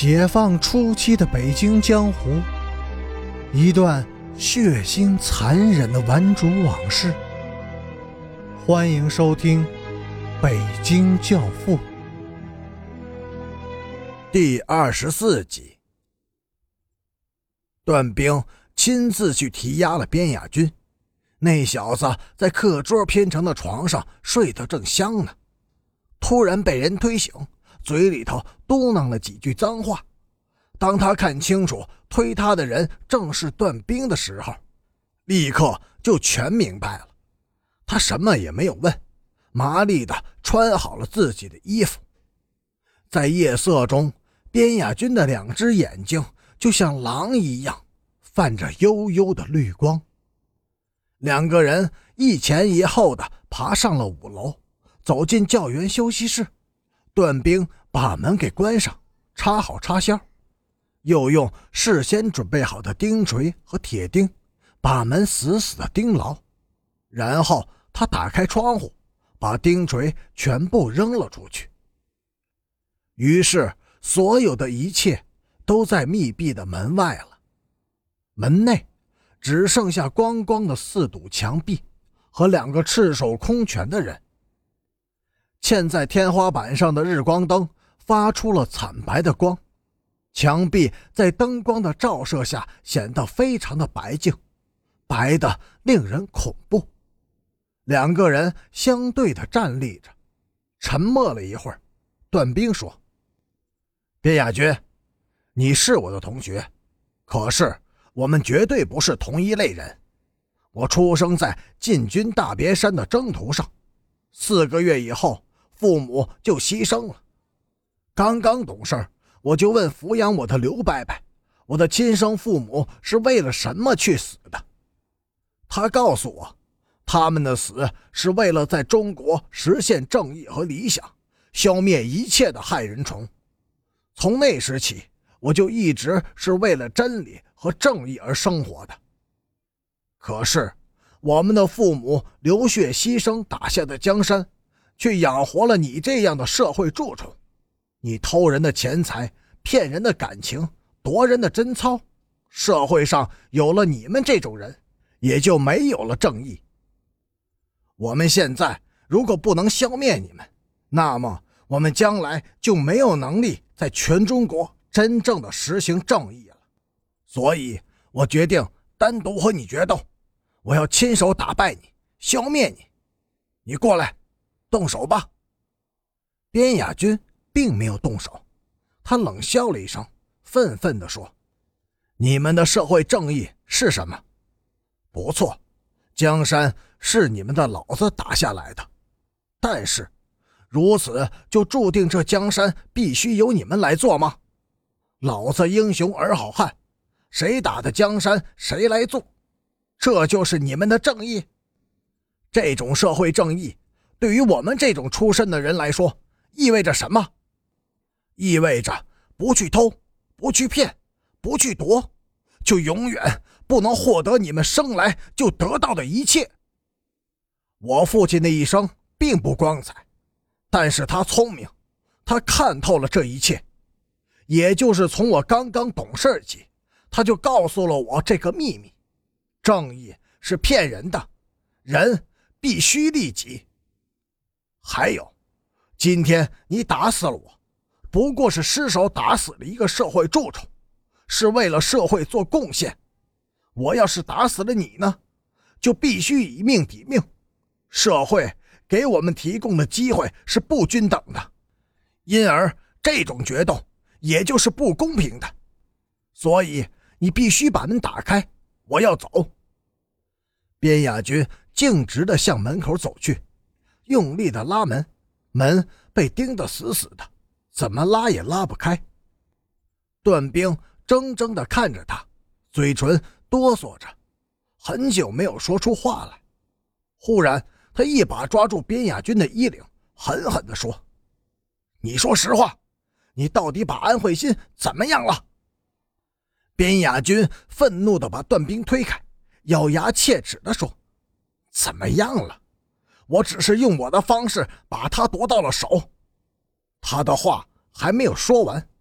解放初期的北京江湖，一段血腥残忍的顽主往事。欢迎收听《北京教父》 第24集。段兵亲自去提押了边亚军，那小子在课桌偏成的床上睡得正香呢，突然被人推醒，嘴里头嘟囔了几句脏话。当他看清楚推他的人正是段兵的时候，立刻就全明白了。他什么也没有问，麻利地穿好了自己的衣服。在夜色中，边亚军的两只眼睛就像狼一样泛着幽幽的绿光。两个人一前一后地爬上了5楼，走进教员休息室。段兵把门给关上，插好插销，又用事先准备好的钉锤和铁钉把门死死地钉牢，然后他打开窗户，把钉锤全部扔了出去。于是所有的一切都在密闭的门外了，门内只剩下光光的4堵墙壁和2个赤手空拳的人。嵌在天花板上的日光灯发出了惨白的光，墙壁在灯光的照射下显得非常的白净，白得令人恐怖。2个人相对地站立着，沉默了一会儿。段兵说：边亚军，你是我的同学，可是我们绝对不是同一类人。我出生在进军大别山的征途上，4个月以后父母就牺牲了。刚刚懂事，我就问抚养我的刘伯伯，我的亲生父母是为了什么去死的。他告诉我，他们的死是为了在中国实现正义和理想，消灭一切的害人虫。从那时起，我就一直是为了真理和正义而生活的。可是我们的父母流血牺牲打下的江山，却养活了你这样的社会蛀虫。你偷人的钱财，骗人的感情，夺人的贞操，社会上有了你们这种人，也就没有了正义。我们现在如果不能消灭你们，那么我们将来就没有能力在全中国真正的实行正义了。所以我决定单独和你决斗，我要亲手打败你，消灭你。你过来，动手吧。边亚军并没有动手，他冷笑了一声，愤愤地说：你们的社会正义是什么？不错，江山是你们的老子打下来的，但是如此就注定这江山必须由你们来做吗？老子英雄儿好汉，谁打的江山谁来做，这就是你们的正义？这种社会正义对于我们这种出身的人来说意味着什么？意味着不去偷，不去骗，不去夺，就永远不能获得你们生来就得到的一切。我父亲的一生并不光彩，但是他聪明，他看透了这一切。也就是从我刚刚懂事起，他就告诉了我这个秘密：正义是骗人的，人必须利己。还有，今天你打死了我，不过是失手打死了一个社会蛀虫，是为了社会做贡献。我要是打死了你呢，就必须以命抵命。社会给我们提供的机会是不均等的，因而这种决斗也就是不公平的。所以你必须把门打开，我要走。边亚军径直地向门口走去，用力地拉门，门被钉得死死的，怎么拉也拉不开。段兵怔怔地看着他，嘴唇哆嗦着，很久没有说出话来。忽然他一把抓住边亚军的衣领，狠狠地说：你说实话，你到底把安慧心怎么样了？边亚军愤怒地把段兵推开，咬牙切齿地说：怎么样了？我只是用我的方式把他夺到了手。他的话还没有说完，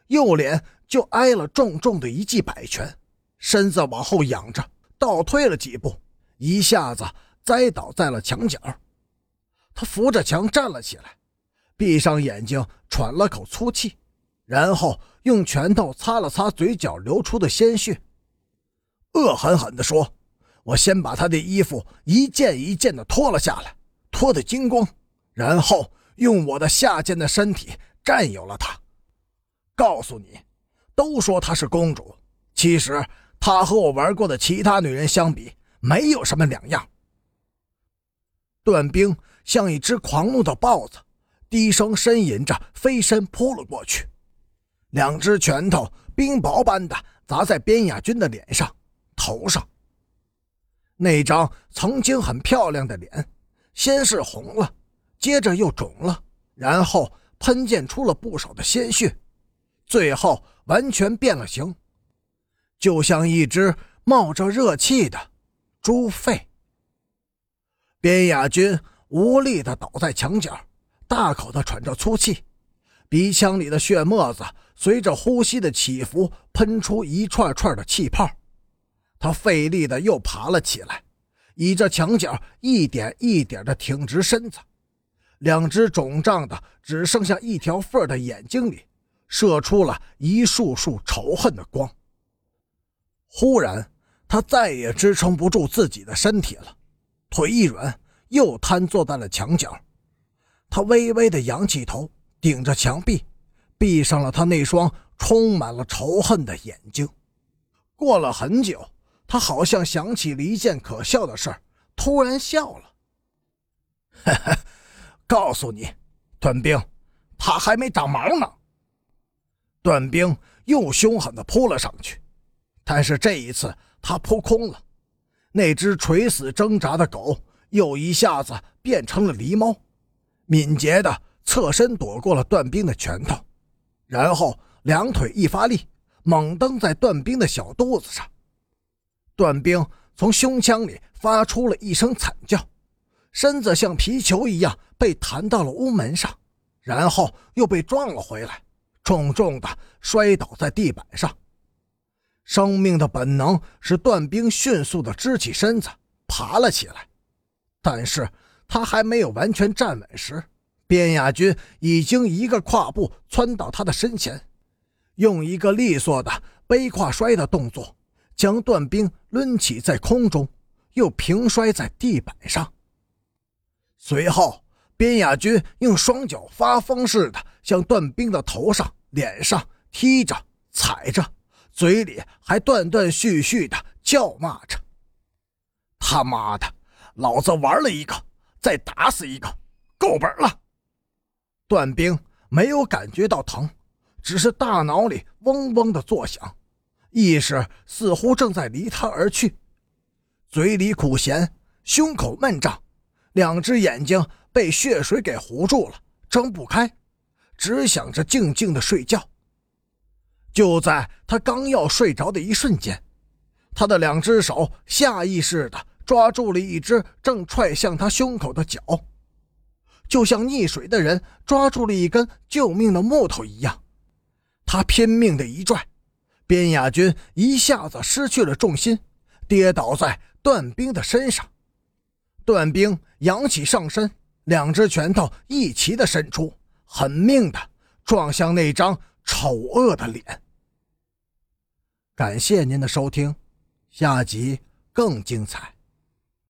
右脸就挨了重重的一记摆拳，身子往后仰着，倒退了几步，一下子栽倒在了墙角。他扶着墙站了起来，闭上眼睛喘了口粗气，然后用拳头擦了擦嘴角流出的鲜血，恶狠狠地说：我先把他的衣服一件一件地脱了下来，脱得精光，然后用我的下贱的身体占有了他。告诉你，都说她是公主，其实她和我玩过的其他女人相比，没有什么两样。段冰像一只狂怒的豹子，低声呻吟着飞身扑了过去，两只拳头冰雹般的砸在边雅君的脸上、头上。那张曾经很漂亮的脸，先是红了，接着又肿了，然后喷溅出了不少的鲜血，最后完全变了形，就像一只冒着热气的猪肺。边雅君无力地倒在墙角，大口地喘着粗气，鼻腔里的血沫子随着呼吸的起伏喷出一串串的气泡。他费力地又爬了起来，倚着墙角一点一点地挺直身子，两只肿胀的只剩下一条缝的眼睛里射出了一束束仇恨的光。忽然他再也支撑不住自己的身体了，腿一软，又瘫坐在了墙角。他微微地仰起头，顶着墙壁，闭上了他那双充满了仇恨的眼睛。过了很久，他好像想起了一件可笑的事儿，突然笑了。呵呵，告诉你，段冰，他还没长毛呢。段冰又凶狠地扑了上去，但是这一次他扑空了，那只垂死挣扎的狗又一下子变成了狸猫，敏捷地侧身躲过了段冰的拳头，然后两腿一发力，猛蹬在段冰的小肚子上。段冰从胸腔里发出了一声惨叫，身子像皮球一样被弹到了屋门上，然后又被撞了回来，重重地摔倒在地板上。生命的本能使段冰迅速地支起身子爬了起来，但是他还没有完全站稳时，边雅君已经一个跨步窜到他的身前，用一个利索的背胯摔的动作将段冰抡起在空中，又平摔在地板上。随后边雅君用双脚发疯似的向段冰的头上、脸上踢着、踩着，嘴里还断断续续的叫骂着：他妈的，老子玩了一个，再打死一个，够本了。段冰没有感觉到疼，只是大脑里嗡嗡的作响，意识似乎正在离他而去，嘴里苦咸，胸口闷胀，两只眼睛被血水给糊住了，睁不开，只想着静静的睡觉。就在他刚要睡着的一瞬间，他的两只手下意识地抓住了一只正踹向他胸口的脚，就像溺水的人抓住了一根救命的木头一样。他拼命地一拽，边雅君一下子失去了重心，跌倒在段冰的身上。段冰扬起上身，两只拳头一齐地伸出，狠命地撞向那张丑恶的脸。感谢您的收听，下集更精彩。